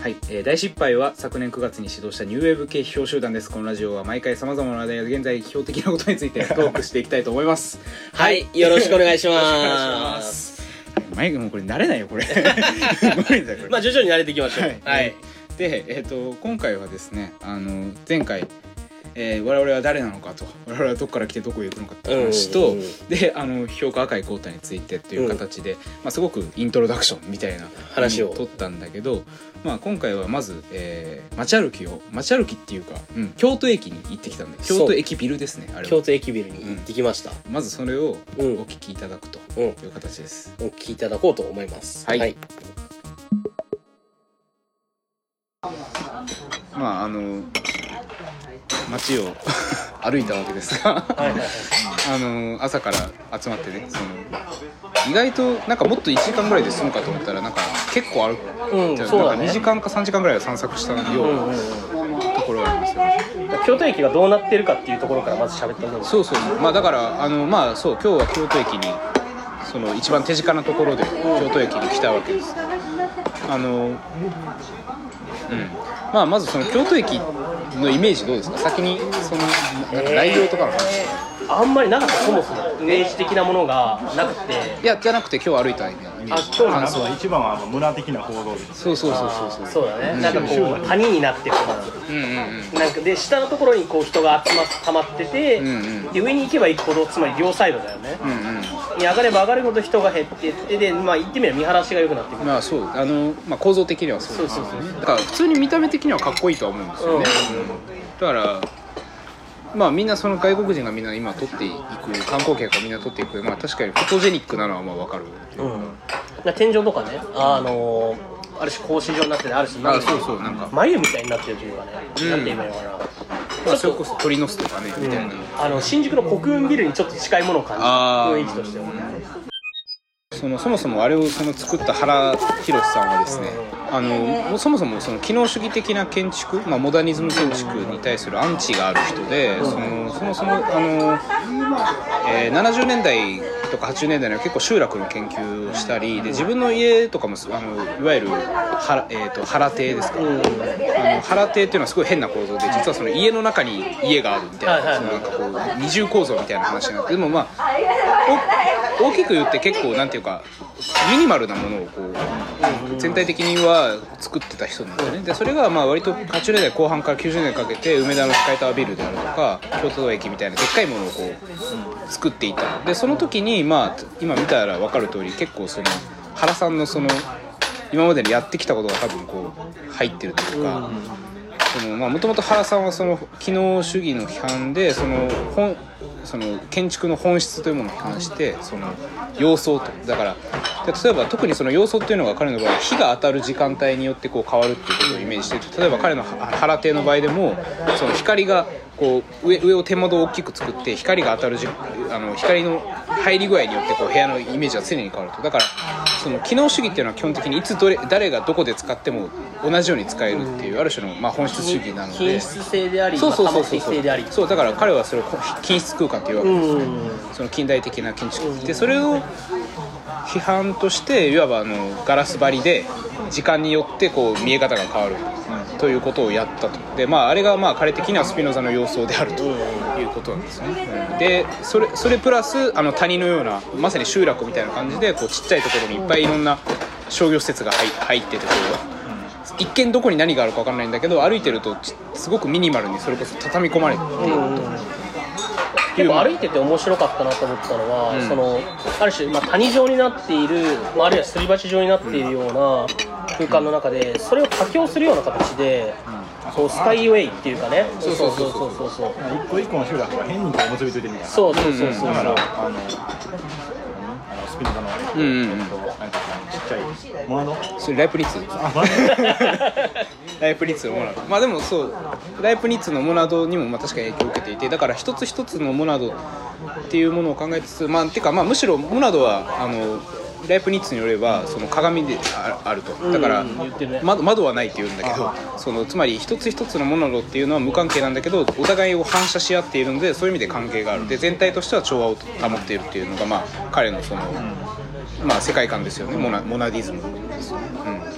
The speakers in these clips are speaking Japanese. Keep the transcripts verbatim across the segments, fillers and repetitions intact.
はい、えー、大失敗は昨年くがつに始動したニューウェーブ系批評集団です。このラジオは毎回様々な話題や現在批評的なことについてトークしていきたいと思いますはい、よろしくお願いしますマイクもうこれ慣れないよこれ無理だよこれ。 まあ徐々に慣れていきましょう。 はい、はい、で、えー、と今回はですね、あの前回えー、我々は誰なのかと、我々はどこから来てどこへ行くのかって話と、うんうんうん、であの評価赤いコータについてっていう形で、うんまあ、すごくイントロダクションみたいな話を取ったんだけど、まあ、今回はまず、えー、街歩きを街歩きっていうか、うん、京都駅に行ってきたんで、京都駅ビルですね。あれは京都駅ビルに行ってきました、 うん、まずそれをお聞きいただくという形です、 うんうん、お聞きいただこうと思います。 はい、はい、まああの街を歩いたわけですがはいはい、はい、あの朝から集まってね、その意外となんかもっといちじかんぐらいで済むかと思ったらなんか結構歩く、うん、じゃあなんかにじかんかさんじかんぐらいは散策したようなところがありますよね。 京都駅がどうなってるかっていうところからまず喋ってもらう。 そうそう、まあだからあのまあそう今日は京都駅にその一番手近なところで京都駅に来たわけです。あのうんまあまずその京都駅のイメージどうですか？先にそのなんか内容とかの話、えー、あんまりなかった。そもそもイメージ的なものがなくて、 いやじゃなくて今日歩いたイメージ。 あ今日の中は一番は村的な行動です。 そうそうそうそうそう。 そうだね。うん、なんかこう谷になってるとか、うんうんうん、なんかで下のところにこう人が集ま溜まってて、うんうん、で上に行けば行くほどつまり両サイドだよね。うんうん、に上がれば上がるほど人が減っていってでまあ言ってみれば見晴らしが良くなってくる。 まあそうあのまあ構造的にはそうですね。そうそうそう。だから普通に見た目的にはかっこいいとは思うんですよね。うんうん、だからまあみんなその外国人がみんな今撮っていく観光客がみんな撮っていく、まあ確かにフォトジェニックなのはまあ分かる。 うん、天井とかね、あのー、ある種格子状になってて、ある種なんかそうそうなんか眉みたいになってるというかね、うん、なんて言えばいいのかな。 まあ、それこそ鳥の巣とかね、うん、みたいな。 あの新宿の国運ビルにちょっと近いものを感じる雰囲気としては。 そのそもそもあれをその作った原宏さんはですね、あのそもそもその機能主義的な建築、まあ、モダニズム建築に対するアンチがある人で、そのそもそもあの、えー、ななじゅうねんだいとかはちじゅうねんだいには結構集落の研究をしたりで、自分の家とかもあのいわゆるは、えー、と原邸ですか、あの原邸っていうのはすごい変な構造で、実はその家の中に家があるみたいな、そのなんかこう二重構造みたいな話になって、でもまあ大きく言って結構なんていうかミニマルなものをこう全体的には作ってた人なんですよね。でそれがまあ割とはちじゅうねんだいこう半からきゅうじゅうねんだいにかけて梅田のスカイタワービルであるとか京都駅みたいなでっかいものをこう作っていた。でその時にまあ今見たら分かる通り結構その原さんのその今までにやってきたことが多分こう入ってるというか、もともと原さんはその機能主義の批判でその本その建築の本質というものを批判して、その様相とだから例えば特にその様相っていうのが彼の場合日が当たる時間帯によってこう変わるっていうことをイメージしてて、例えば彼の原邸の場合でもその光がこう 上, 上を手窓を大きく作って光が当たるじあの光の入り具合によってこう部屋のイメージは常に変わると。だからその機能主義っていうのは基本的にいつどれ誰がどこで使っても同じように使えるっていうある種のまあ本質主義なので、 均質性であり、 そうそうそうそう、 多目的性であり、 そうだから彼はそれを均質空間っていうわけですよね。その近代的な建築でそれを批判としていわばあのガラス張りで時間によってこう見え方が変わるということをやったと。で、まあ、あれがまあ彼的にはスピノザの様相であるということなんですよね。でそれ、それプラスあの谷のようなまさに集落みたいな感じでこうちっちゃいところにいっぱいいろんな商業施設が入っててこう一見どこに何があるか分からないんだけど歩いてるとすごくミニマルにそれこそ畳み込まれていると。 結構歩いてて面白かったなと思ったのは、うん、そのある種、まあ、谷状になっている、まあ、あるいはすり鉢状になっているような空間の中でそれを架橋するような形で、うん、こうスカイウェイっていうかね、 そうそうそうそうそうそう一個一個の集落が変にこう結びついてるみたいな。 そうそうそうそう、 だからあのスピノザの、うんうんうん、ちっちゃいモナド、 それライプニッツライプニッツのモナド、まあでもそうライプニッツのモナドにもまあ確かに影響を受けていて、だから一つ一つのモナドっていうものを考えつつ、まあてかまあむしろモナドはあのライプニッツによればその鏡であると。だから、うんね、窓, 窓はないって言うんだけど、そのつまり一つ一つのモナドっていうのは無関係なんだけどお互いを反射し合っているのでそういう意味で関係がある。で全体としては調和を保っているっていうのがまあ彼のその、まあ、世界観ですよね。モ ナ, モナディズムですよね、うん。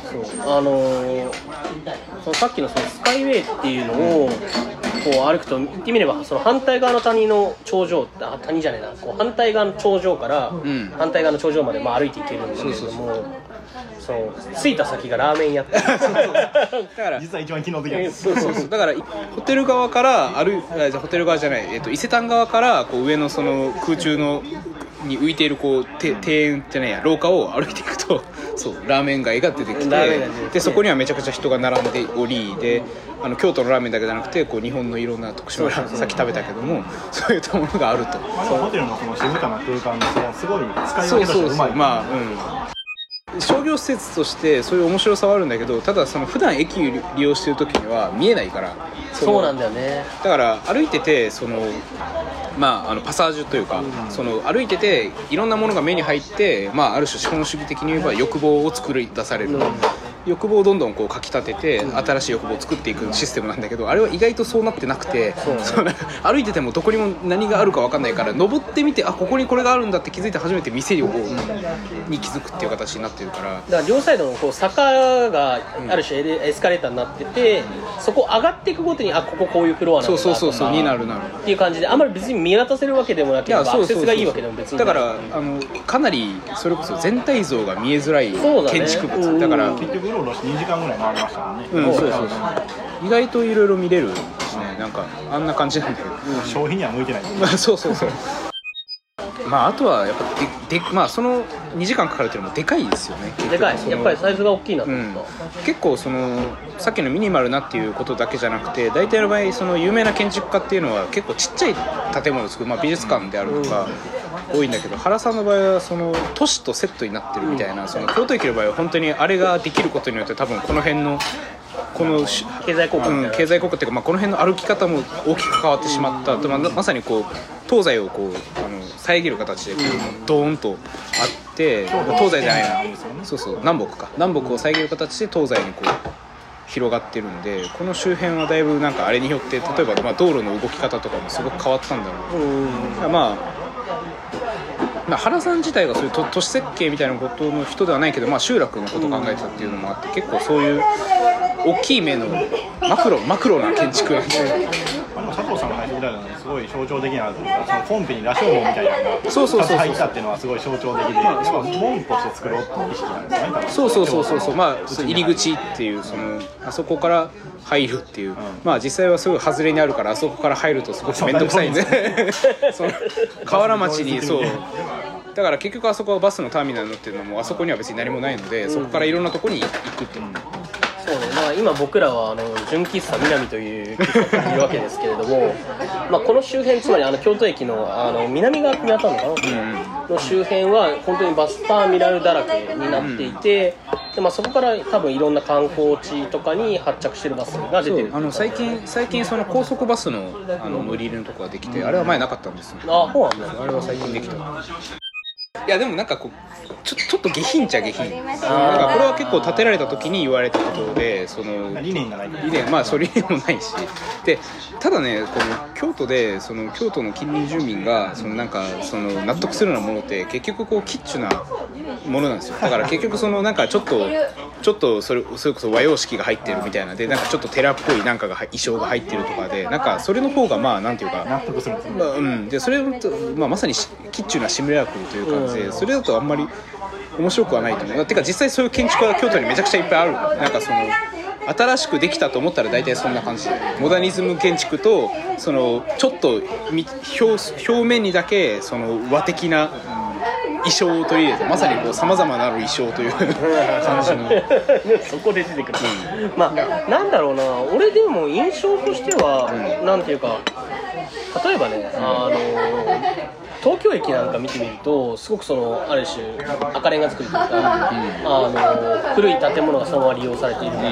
そうあのー、そのさっきのそのスカイウェイっていうのをこう歩くと言ってみればその反対側の谷の頂上あ谷じゃねえなこう反対側の頂上から反対側の頂上までまあ歩いていけるんだけれども、その着いた先がラーメン屋ってだから実は一番機能的なそうそうそうだからホテル側から歩いじゃホテル側じゃない、えっと、伊勢丹側からこう上のその空中のに浮いているこう庭園じゃないや廊下を歩いていくとそうラーメン街が出てきてでそこにはめちゃくちゃ人が並んでおりであの京都のラーメンだけじゃなくてこう日本のいろんな徳島ラーメンさっき食べたけどもそういったものがあるとそうホテルのその静かな空間のすごい使い分けとしてうまいまあうん商業施設としてそういう面白さはあるんだけどただその普段駅を利用してる時には見えないからそうなんだよねだから歩いててそのまあ、あのパサージュというか、うん、その歩いてていろんなものが目に入って、まあ、ある種資本主義的に言えば欲望を作り出される、うん、欲望をどんどんこうかきたてて、うん、新しい欲望を作っていくシステムなんだけどあれは意外とそうなってなくて、そうね、歩いててもどこにも何があるか分かんないから登ってみてあここにこれがあるんだって気づいて初めて店を、うん、に気づくっていう形になってるからだから両サイドのこう坂がある種エスカレーターになってて、うん、そこ上がっていくごとにあこここういうフロアなんだそうそうそうそうになるなるっていう感じであんまり別に見渡せるわけでもなければアクセスがいいわけでも別にだからあのかなりそれこそ全体像が見えづらい建築物 だ,、ね、だから結局うろうろしてにじかんぐらい回りましたもんね、 うん、そうそうそう意外といろいろ見れるんですね、うん、なんかあんな感じなんだけど、 うん、消費には向いてないそうそうそうまああとはやっぱででまあそのにじかんかかるっていうのもでかいですよねでかいやっぱりサイズが大きいなと思った、 うん、結構そのさっきのミニマルなっていうことだけじゃなくて大体の場合その有名な建築家っていうのは結構ちっちゃい建物を作る、まあ、美術館であるとか多いんだけど原さんの場合はその都市とセットになってるみたいなその京都駅の場合は本当にあれができることによって多分この辺のこの経済効果、 うん、経済効果っていうか、まあ、この辺の歩き方も大きく変わってしまったと、まあ、まさにこう東西をこうあの遮る形でこうドーンとあって東西じゃないなそうそう南北か南北を遮る形で東西にこう広がってるんでこの周辺はだいぶなんかあれによって例えばまあ道路の動き方とかもすごく変わったんだろう、うん、まあまあ、原さん自体がそういう都都市設計みたいなことの人ではないけど、まあ、集落のことを考えてたっていうのもあって結構そういう大きい目のマクロマクロな建築なんで佐藤さんが最初みたいなのにすごい象徴的なそのコンペに羅生門みたいなのがそうそうそうそう入ったっていうのはすごい象徴的で、まあ、門として作ろうっていう意識なんですよねそうそうそうそうそうまあ入り口っていうそのあそこから入るっていう、うん、まあ実際はすごい外れにあるからあそこから入るとすごく面倒くさいんでその河原町にそうだから結局あそこはバスのターミナルになってるのもあそこには別に何もないので、うん、そこからいろんなところに行くっていう、うんそうね、だから今僕らはあの純喫茶南という喫茶にいるわけですけれどもまあこの周辺つまりあの京都駅 の, あの南側に当たるのかな、うん、の周辺は本当にバスターミナルだらけになっていて、うんでまあ、そこから多分いろんな観光地とかに発着してるバスが出てるあの最近最近その高速バス の, あの乗り入れのとこができて、うん、あれは前なかったんですよ、ね、 あそうなんだ、 あれは最近できたいやでもなんかこうちょ, ちょっと下品っちゃ下品なんかこれは結構建てられた時に言われたことでその理念がない理念まあそれ理念もないしでただねこの京都でその京都の近隣住民がそのなんかその納得するようなものって結局こうキッチュなものなんですよだから結局そのなんかちょっとちょっとそれそれこそ和様式が入ってるみたいなでなんかちょっと寺っぽいなんかが衣装が入ってるとかでなんかそれの方がまあなんていうか納得するんですね、 まあうん、でそれと、まあ、まさにキッチュなシミュラクルという感じでそれだとあんまり面白くはないと思うてか実際そういう建築は京都にめちゃくちゃいっぱいあるなんかその新しくできたと思ったら大体そんな感じでモダニズム建築とそのちょっと 表, 表面にだけその和的な衣装を取り入れてまさにこう様々なる衣装という感じのそこで出てくる、うん、まあなんだろうな俺でも印象としては、うん、なんていうか例えばね、うん、あの東京駅なんか見てみるとすごくそのある種赤レンガ作りというか、うん、あの古い建物がそのまま利用されているから、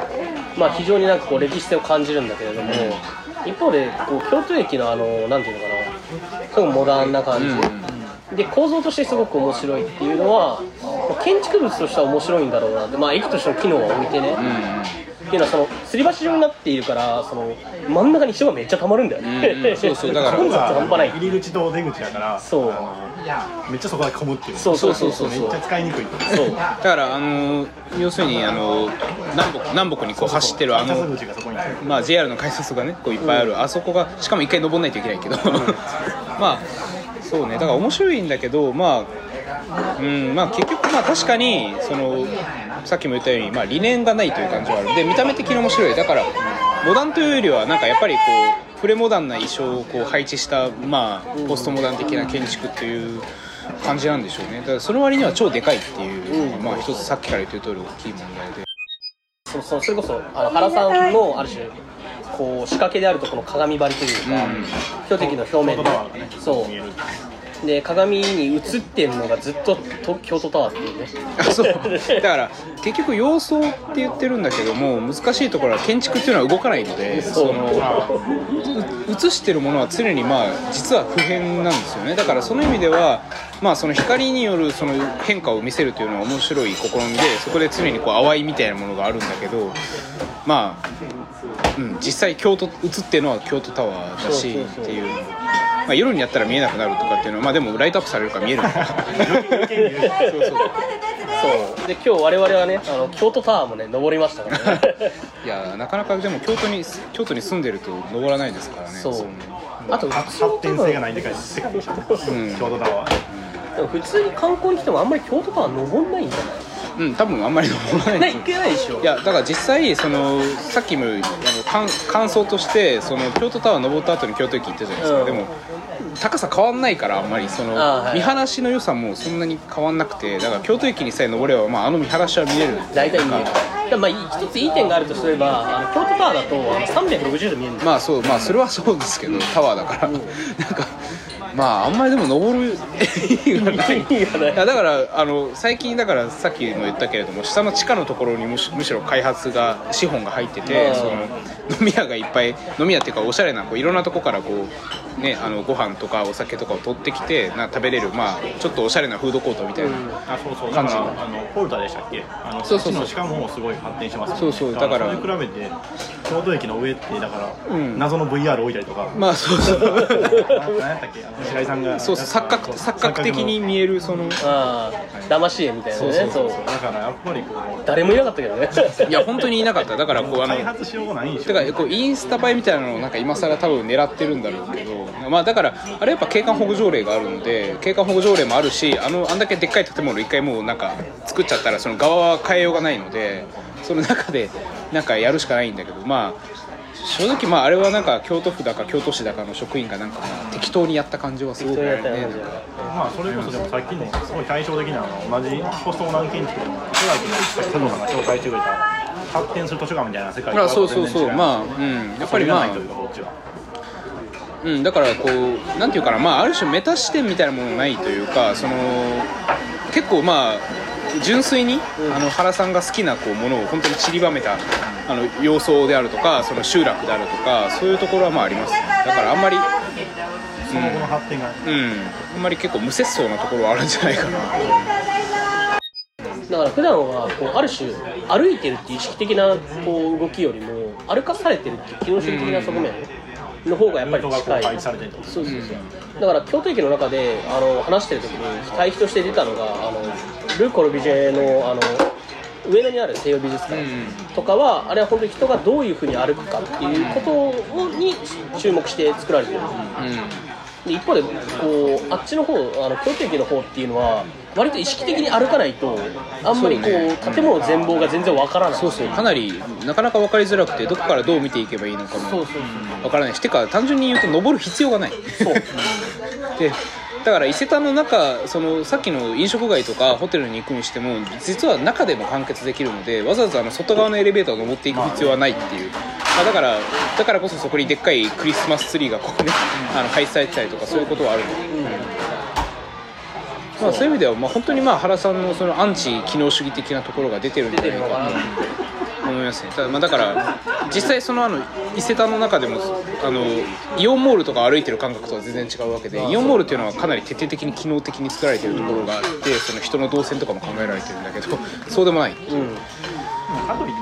うんまあ、非常になんかこう歴史性を感じるんだけれども、うん、一方でこう京都駅のあのなんていうのかなすごくモダンな感じ、うん、で構造としてすごく面白いっていうのは建築物としては面白いんだろうなって、まあ、駅としての機能は置いてね、うんっていうのはその吊り橋状になっているからその真ん中に人がめっちゃ溜まるんだよね、 うんうん、そうそうだから混雑半端ない入り口と出口だからそうあのめっちゃそこで混むっていうそうそうそうそうめっちゃ使いにくいそうだからあの要するにあの南北南北にこう走ってるあの改札口がそこにあるまあ ジェイアール の改札がねこういっぱいある、うん、あそこがしかも一回登んないといけないけどまあそうねだから面白いんだけどまあうんまあ結局まあ確かにそのさっきも言ったようにまあ理念がないという感じはあるで見た目的に面白いだからモダンというよりはなんかやっぱりこうプレモダンな衣装をこう配置したまあポストモダン的な建築という感じなんでしょうねだからその割には超でかいっていう、うん、まあ一つさっきから言ってる通り大きい問題でそそそれこそあの原さんのある種こう仕掛けであるとこの鏡張りというか、うん、標的の表面で、ね、そうで鏡に映ってるのがずっと京都タワーっていうねあそうだから結局様相って言ってるんだけども難しいところは建築っていうのは動かないのでその映してるものは常にまあ実は不変なんですよねだからその意味ではまあその光によるその変化を見せるというのは面白い試みでそこで常にこう淡いみたいなものがあるんだけどまあ、うん、実際京都映ってるのは京都タワーだしっていうまあ、夜にやったら見えなくなるとかっていうのはまあでもライトアップされるから見えるからそうそうそうで今日我々はねあの京都タワーもね登りましたからねいやなかなかでも京都に京都に住んでると登らないですからねそうそうあと発展性がないでかい世界でしょ、うん、京都タワー、 うん、でも普通に観光に来てもあんまり京都タワー登んないんじゃないうん多分あんまり登らないいけないでしょいやだから実際そのさっきもあの感感想としてその京都タワー登った後に京都駅行ったじゃないですか、うん、でも高さ変わんないからあんまりその、はい、見晴らしの良さもそんなに変わんなくてだから京都駅にさえ登れば、まあ、あの見晴らしは見える大体見えるでもまあ一ついい点があるとすればあの京都タワーだとあのさんびゃくろくじゅうど見えるんですよまあそうまあそれはそうですけどタワーだから、うん、なんかまああんまりでも登る意味がないいやだからあの最近だからさっきも言ったけれども下の地下のところにむ し, むしろ開発が資本が入っててその飲み屋がいっぱい飲み屋っていうかおしゃれなこういろんなとこからこうねあのご飯とかお酒とかを取ってきてな食べれるまあちょっとおしゃれなフードコートみたいな感じ、うん、 あのポルタでしたっけあのそうそうそうしかもすごい発展してます、ね、 そうそうだからそれに比べて京都駅の上ってだから、うん、謎の ブイアール 置いたりとかまあそうそう何やったっけあの白井さんがそうそう錯覚錯覚的に見えるそのああ騙し絵みたいなねそうそうそうそうだからやっぱりこう誰もいなかったけどねいや本当にいなかっただからこうあの開発しようがないんでしょだからこうインスタ映えみたいなのをなんか今更多分狙ってるんだろうけどまあだからあれやっぱ景観保護条例があるので景観保護条例もあるしあのあんだけでっかい建物一回もうなんか作っちゃったらその側は変えようがないのでその中でなんかやるしかないんだけどまあ正直まああれはなんか京都府だか京都市だかの職員がなんか適当にやった感じはすごくあるねまあそれこそでもさっきのすごい対照的な同じポストモダン建築でも世界で佐藤さんが紹介してくれた発展する図書館みたいな世界あそうそうそうまあうんやっぱりまあうん、だからこうなんていうかなまあある種メタ視点みたいなものないというかその結構まあ純粋に、うん、あの原さんが好きなこうものを本当に散りばめたあの様相であるとかその集落であるとかそういうところはまあありますねだからあんまりその後の発展が、 うん、うん、あんまり結構無節操なところはあるんじゃないかなだから普段はこうある種歩いてるっていう意識的なこう動きよりも歩かされてるっていう機能主義的な側面の方がやっぱり近い。そうそうそう。だから京都駅の中であの話してる時に対比として出たのがあのル・コルビジェのあの上野にある西洋美術館とかは、うん、あれは本当に人がどういうふうに歩くかっていうことに注目して作られてる、うん、で一方でこうあっちの方あの京都駅の方っていうのは割と意識的に歩かないとあんまりこう、ね、建物全貌が全然わからない。 そうそうかなりなかなか分かりづらくてどこからどう見ていけばいいのかも分からないし、てか単純に言うと登る必要がない。そうでだから伊勢丹の中そのさっきの飲食街とかホテルに行くにしても実は中でも完結できるのでわざわざあの外側のエレベーターを登っていく必要はないっていう、だからだからこそそこにでっかいクリスマスツリーがこう、ね、あの配置されてたりとかそういうことはあるので、うんまあ、そういう意味では、まあ、本当にまあ原さんのそのアンチ機能主義的なところが出てるんじゃないかなと思いますね。ただ、まあ、だから実際そのあの伊勢丹の中でもあのイオンモールとか歩いてる感覚とは全然違うわけで、イオンモールっていうのはかなり徹底的に機能的に作られているところがあってその人の動線とかも考えられてるんだけどそうでもない、うん、 かといって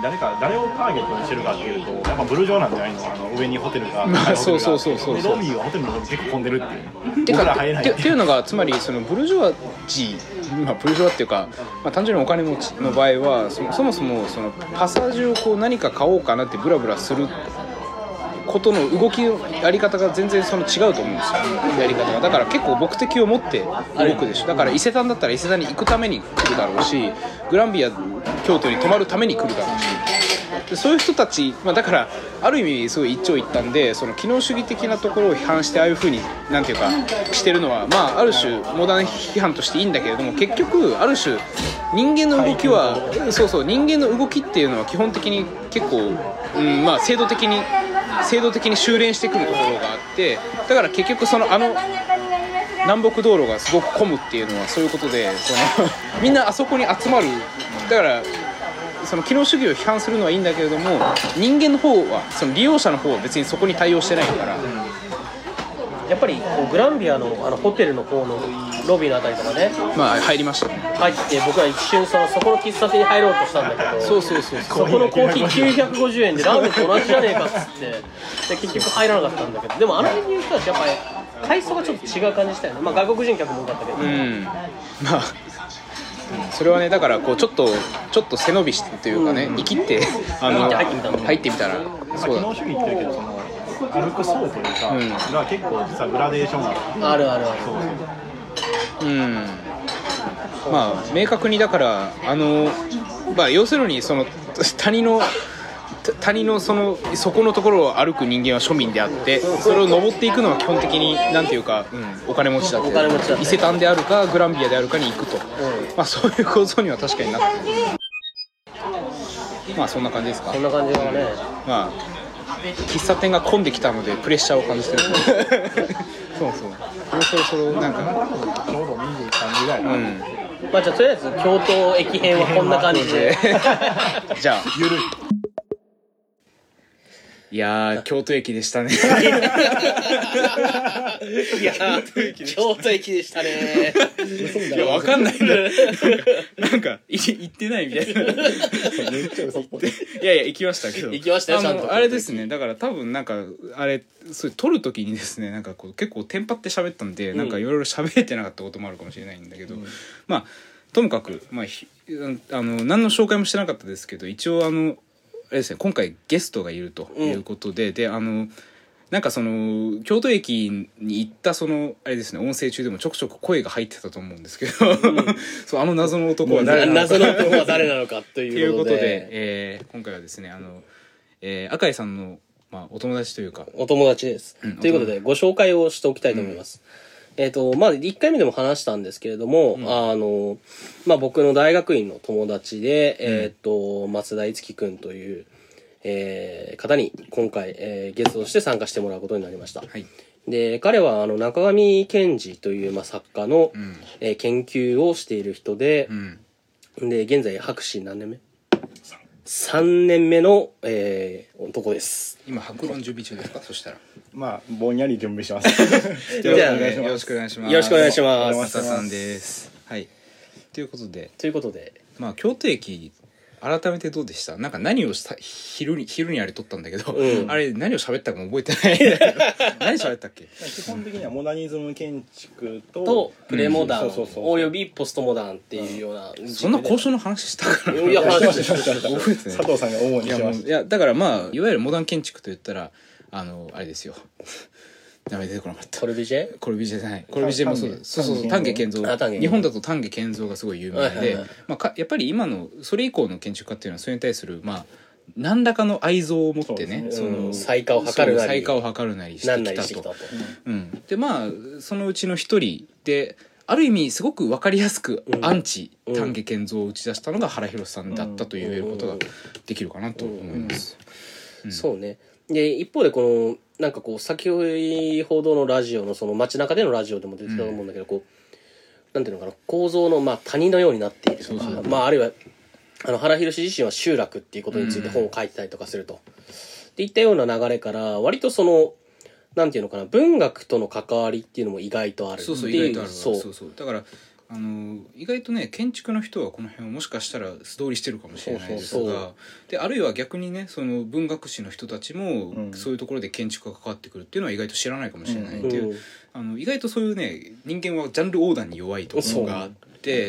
誰か誰をターゲットにしてるかっていうとやっぱブルジョーなんじゃないの、あの上にホテルが、 まあ、そうそうそうそうでロビーはホテルのロビー結構混んでるっていうてか僕ら入れないてっていうのがつまりそのブルジョワジー、まあ、ブルジョワっていうか、まあ、単純にお金持ちの場合はそもそもそもそのパサージュをこう何か買おうかなってブラブラすることの動きのやり方が全然その違うと思うんですよ、やり方が。だから結構目的を持って動くでしょ。だから伊勢丹だったら伊勢丹に行くために来るだろうし、グランビア京都に泊まるために来るだろうし、でそういう人たち、まあ、だからある意味すごい一長一短で、その機能主義的なところを批判してああいう風になんていうかしてるのは、まあある種モダン批判としていいんだけれども、結局ある種人間の動きはそうそう人間の動きっていうのは基本的に結構、うん、まあ制度的に制度的に修練してくるところがあって、だから結局そのあの南北道路がすごく混むっていうのはそういうことで、そのみんなあそこに集まる。だからその機能主義を批判するのはいいんだけれども、人間の方はその利用者の方は別にそこに対応してないから、 やっぱりこうグランビアのあのホテルの方のロビーのあたりとかね、 まあ入りましたね。 入って僕は一瞬そのそこの喫茶店に入ろうとしたんだけど、 そうそうそうそこのコーヒーきゅうひゃくごじゅうえんでラーメンと同じじゃねえかっつってで結局入らなかったんだけど、でもあの辺にいる人たちやっぱり階層がちょっと違う感じしたよね。まあ外国人客も多かったけど、 うん、まあそれはね、だからこうちょっとちょっと背伸びしてというかね、生きってあの入ってみたの入ってみたらそうだ。 機能主義って言うけどその歩く層というか、 うんが結構実はグラデーションがあって、 あるあるある。 そうそううんまあ明確にだからあのまあ要するにその谷の谷のその底のところを歩く人間は庶民であって、それを登っていくのは基本的になんていうか、うん、お金持ちだって、 お金持ちだって伊勢丹であるかグランビアであるかに行くと、 んまあそういう構造には確かになってる。まあそんな感じですか。 そんな感じがね。 まあ喫茶店が混んできたのでプレッシャーを感じてる。そうそうそろそろなんかちょうどにじさんじぐらいな、 うんまあじゃあとりあえず京都駅編はこんな感じでじゃあゆるいいやー京都駅でしたね。 いや京都駅でしたね。 いやわかんないんだ。なんかい行ってないみたいな。 めっちゃ嘘っぽい。 いやいや行きましたけど。 行きましたよあちゃんとのあれですね。だから多分なんかあれそれ撮る時にですね、なんかこう結構テンパって喋ったんで、なんかいろいろ喋れてなかったこともあるかもしれないんだけど、まあともかくまあひあの何の紹介もしてなかったですけど、一応あのあれですね、今回ゲストがいるということで、うん、であのなんかその京都駅に行ったそのあれですね、音声中でもちょくちょく声が入ってたと思うんですけど、うん、そうあの謎の男は誰なのか謎の男は誰なのかということで、 ということで、えー、今回はですねあの、えー、赤井さんの、まあ、お友達というかお友達です、うん、ということでご紹介をしておきたいと思います、うん、えっとまあいっかいめでも話したんですけれども、うん、あのまあ僕の大学院の友達で、うん、えっと松田樹くんというえー、方に今回、えー、ゲストとして参加してもらうことになりました。はい、で彼はあの中上健二という、まあ、作家の、うんえー、研究をしている人で、うん、で現在博士何年目 ?さん 年目の、えー、男です。 今博論準備中ですか？そしたらまあぼんやり準備してます。 じゃあ、ね、よろしくお願いします。 よろしくお願いします。 松田さんです。はい。ということでということでまあ京都駅改めてどうでした？なんか何をした昼に昼にあれ撮ったんだけど、うん、あれ何を喋ったかも覚えてないんだけど何喋ったっけ？ 基本的にはモダニズム建築ととプレモダンおよびポストモダンっていうような、 うん、そんな交渉の話したからいや話しました覚えてない。佐藤さんが主にしました。 いやだからまあいわゆるモダン建築といったらあのあれですよ。名前出てこなかった。 コルビジェ？ コルビジェじゃない。コルビジェもそうです。そうそうそう。丹下健三。日本だと丹下健三がすごい有名で、はいはいはい、まあかやっぱり今のそれ以降の建築家っていうのはそれに対するまあ何らかの愛憎を持ってね、その再化を図るなり、 再化を図るなりしてきたと。うん。でまあそのうちの一人で。ある意味すごく分かりやすくアンチ丹下健三を打ち出したのが原弘さんだったと言えることができるかなと思います。 うん、そうね。で一方でこのなんかこう先ほどのラジオのその街中でのラジオでも出てたと思うんだけど、うん、こうなんていうのかな構造のまあ谷のようになっているとか、まああるいはあの原弘自身は集落っていうことについて本を書いてたりとかすると、っていったような流れから割とそのなんていうのかな文学との関わりっていうのも意外とあるっていう。 そうそう意外とある。そうそうそうだからあの意外とね建築の人はこの辺をもしかしたら素通りしてるかもしれないですが、 そうそうそうであるいは逆にねその文学史の人たちも、 うん、 そういうところで建築が関わってくるっていうのは意外と知らないかもしれないっていう、 うん、 あの意外とそういうね人間はジャンル横断に弱いところがあって、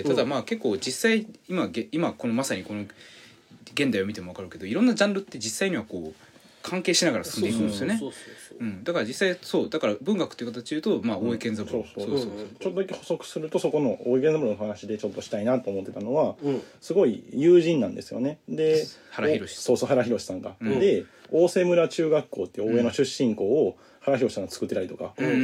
ただまあ結構実際今今このまさにこの現代を見ても分かるけど、いろんなジャンルって実際にはこう関係しながら進んでいくんですよね。だから実際そうだから文学っていう形で言うと、まあ、大江健三郎、 そうそうそうちょっとだけ補足すると、そこの大江健三郎の話でちょっとしたいなと思ってたのは、うん、すごい友人なんですよね。で原宏そうそう原宏さんが、 うん、 で大瀬村中学校っていう大江の出身校を原宏さんが作ってたりとか、 うん、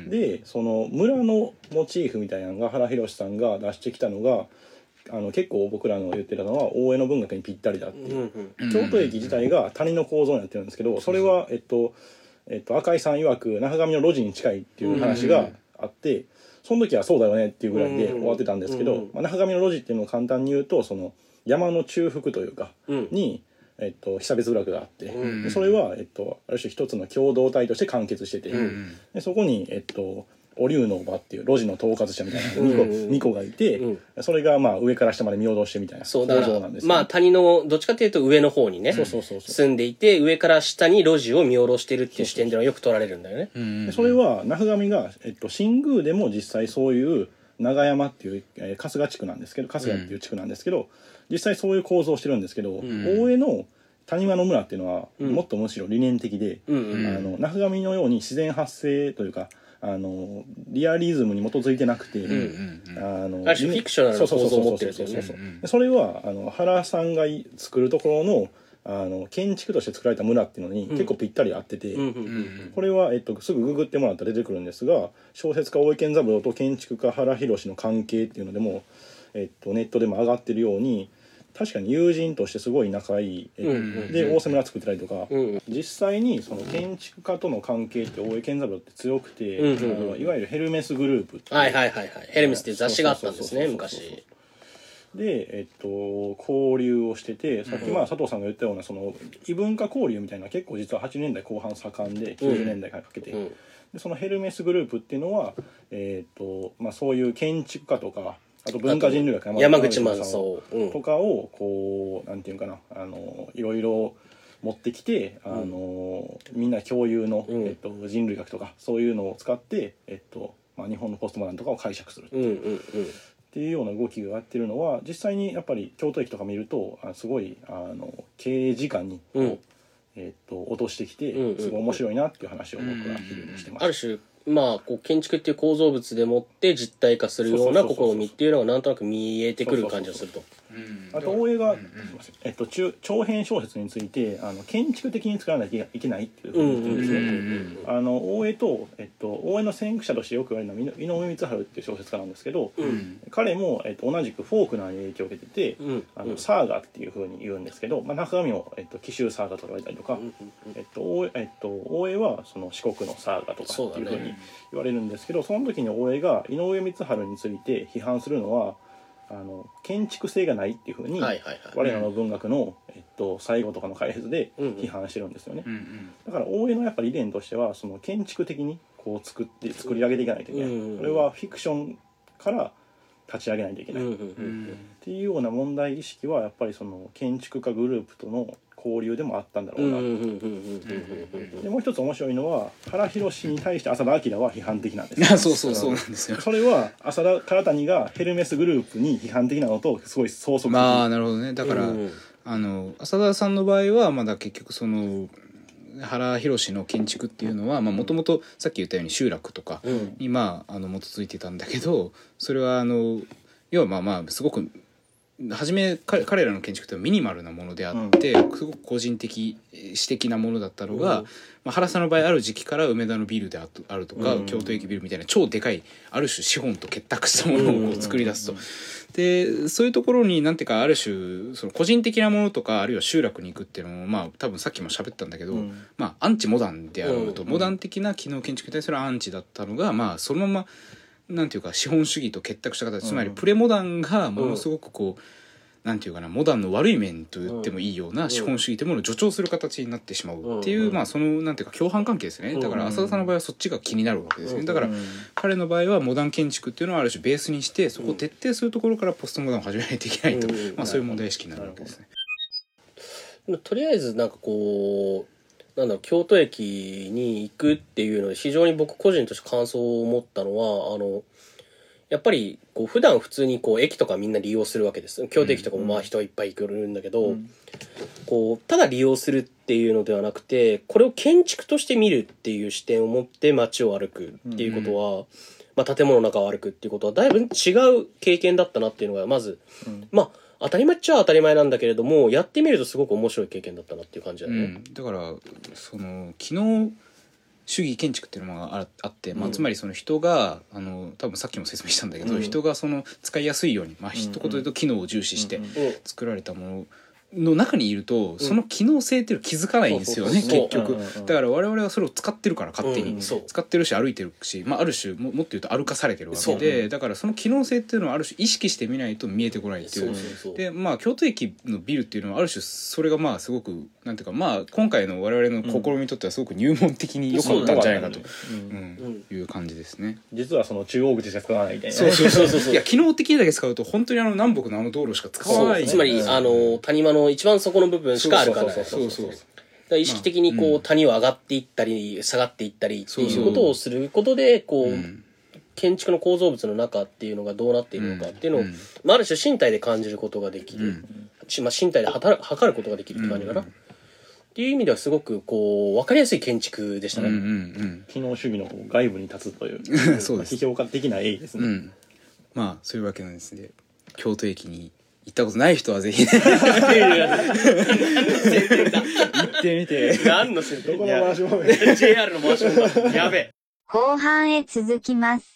でその村のモチーフみたいなのが原宏さんが出してきたのが、あの結構僕らの言ってたのは大江の文学にぴったりだっていう、うん、京都駅自体が谷の構造になってるんですけど、それはえっとえっと、赤井さん曰く中上の路地に近いっていう話があって、うん、その時はそうだよねっていうぐらいで終わってたんですけど、うん、まあ、中上の路地っていうのを簡単に言うと、その山の中腹というかに、うん、えっと、被差別部落があって、うん、でそれは、えっと、ある種一つの共同体として完結してて、うん、でそこに、えっとお龍の場っていう路地の統括者みたいなにこ、うん、にこがいて、うん、それがまあ上から下まで見下ろしてみたいな構造なんですよ、ね、 まあ谷のどっちかというと上の方にね、 そうそうそうそう住んでいて、上から下に路地を見下ろしてるっていう視点ではよく取られるんだよね。 そうそうそうでそれは中上が、えっと、新宮でも実際そういう長山っていう、えー、春日地区なんですけど、春日っていう地区なんですけど、うん、実際そういう構造をしてるんですけど、うん、大江の谷間の村っていうのはもっとむしろ理念的で、うん、あの中上のように自然発生というかあのリアリズムに基づいてなくて、うんうんうん、あのある種フィクショナルな構造を持ってるんですよね。それはあの原さんが作るところのあの建築として作られた村っていうのに結構ぴったり合ってて、うんうんうん、これは、えっと、すぐググってもらったら出てくるんですが、小説家大江健三郎と建築家原宏の関係っていうのでも、えっと、ネットでも上がってるように、確かに友人としてすごい仲いい、うんうん、で大瀬村作ってたりとか、うんうん、実際にその建築家との関係って大江健三郎って強くて、うんうんうん、あのいわゆるヘルメスグループっていう、 はいはいはいはい、ヘルメスっていう雑誌があったんですね昔で、えっと、交流をしてて、さっきまあ佐藤さんが言ったようなその異文化交流みたいなのは結構実ははちじゅうねんだいこう半盛んできゅうじゅうねんだいからかけて、うん、でそのヘルメスグループっていうのは、えっとまあ、そういう建築家とかあと文化人類学山口万荘とかをこうなんていうかな、あのいろいろ持ってきて、あのみんな共有の、えっと、人類学とかそういうのを使って、えっとまあ、日本のポストモダンとかを解釈するっていう、うんうんうんっていうような動きがやってるのは、実際にやっぱり京都駅とか見るとあすごいあの経営時間にこう、うん、えっと落としてきて、うんうん、すごい面白いなっていう話を僕は昼にしてます。 ある種まあ、こう建築っていう構造物でもって実体化するような試みっていうのがなんとなく見えてくる感じがすると。 あと大江が、えっと、中長編小説についてあの建築的に作らなきゃいけないっていうふうに言ってるんですね。あの大江と、えっと、大江の先駆者としてよく言われるのは井上光晴っていう小説家なんですけど、うん、彼も、えっと、同じくフォークナーに影響を受けてて、うん、あのサーガっていうふうに言うんですけど、まあ、中身を、えっと、紀州サーガとか言われたりとか、えっと大江えっと、大江はその四国のサーガとかっていうふうに言われるんですけど、その時に大江が井上光晴について批判するのはあの建築性がないっていうふうに、はいはいはい、我らの文学の、えっと、最後とかの解説で批判してるんですよね、うんうん、だから大江のやっぱり理念としてはその建築的にこう作って作り上げていかないといけない、うんうん、これはフィクションから立ち上げないといけない、うんうんうん、っていうような問題意識はやっぱりその建築家グループとの交流でもあったんだろうなと。でもう一つ面白いのは原宏に対して浅田彰は批判的なんですよ。 そうそうそうなんですよ。 それは浅田唐谷がヘルメスグループに批判的なのとすごい相続的。 まあなるほどね。だから、うん、あの浅田さんの場合はまだ結局その原宏の建築っていうのはもともとさっき言ったように集落とかに、まあ、あの基づいてたんだけど、それはあの要はまあまあすごく初め彼らの建築ってミニマルなものであって、うん、すごく個人的私的なものだったのが、うんまあ、原さんの場合ある時期から梅田のビルであるとか、うん、京都駅ビルみたいな超でかいある種資本と結託したものをこう作り出すと、うん、でそういうところになんていうかある種その個人的なものとかあるいは集落に行くっていうのもまあ多分さっきも喋ったんだけど、うん、まあアンチモダンであろうと、うん、モダン的な機能建築に対するアンチだったのがまあそのままなんていうか資本主義と結託した形、つまりプレモダンがものすごくこうなんていうかなモダンの悪い面と言ってもいいような資本主義というものを助長する形になってしまうっていう、うん、まあそのなんていうか共犯関係ですね。だから浅田さんの場合はそっちが気になるわけですね。だから彼の場合はモダン建築っていうのはある種ベースにしてそこを徹底するところからポストモダンを始めないといけないと、まあそういう問題意識になるわけですね。 とりあえずなんかこうなんだろう京都駅に行くっていうので非常に僕個人として感想を持ったのはあのやっぱりこう普段普通にこう駅とかみんな利用するわけです。京都駅とかもまあ人いっぱい来るんだけど、うん、こうただ利用するっていうのではなくてこれを建築として見るっていう視点を持って街を歩くっていうことは、うん、まあ、建物の中を歩くっていうことはだいぶ違う経験だったなっていうのがまず、うん、まあ当たり前っちゃ当たり前なんだけれどもやってみるとすごく面白い経験だったなっていう感じだね、うん、 だからその機能主義建築っていうのがあって、まあ、つまりその人があの多分さっきも説明したんだけど、うん、人がその使いやすいように、まあ一言で言うと機能を重視して作られたものの中にいるとその機能性っていうの気づかないんですよね、結局。だから我々はそれを使ってるから勝手に、うん、使ってるし歩いてるし、まあ、ある種 も, もっと言うと歩かされてるわけで、だからその機能性っていうのはある種意識してみないと見えてこないっていう。そうそうそうでまあ京都駅のビルっていうのはある種それがまあすごくなんていうかまあ今回の我々の試みにとってはすごく入門的に良かったんじゃないかと、うんうん、いう感じですね。 実はその中央口しか使わないみたいな、 ね、そうそうそうそういや機能的だけ使うと本当にあの南北のあの道路しか使わない。 つまりあの谷間の一番底の部分しか歩かない。そうそうそう意識的にこう、まあ、谷を上がっていったり下がっていったりっていうことをすることでこう、うん、建築の構造物の中っていうのがどうなっているのかっていうのを、うんまあ、ある種身体で感じることができる、うんまあ、身体で測ることができるって感じかな、うん、っていう意味ではすごくこう分かりやすい建築でしたね、うんうんうん、 機能主義の外部に立つというそうです批評家的な鋭意ですね、うん、 まあそういうわけなんですね。京都駅に行ったことない人はぜひ、ね、 行ってみて。 何の宣伝？ どこの回しもジェイアール の回しもやべえ。 後半へ続きます。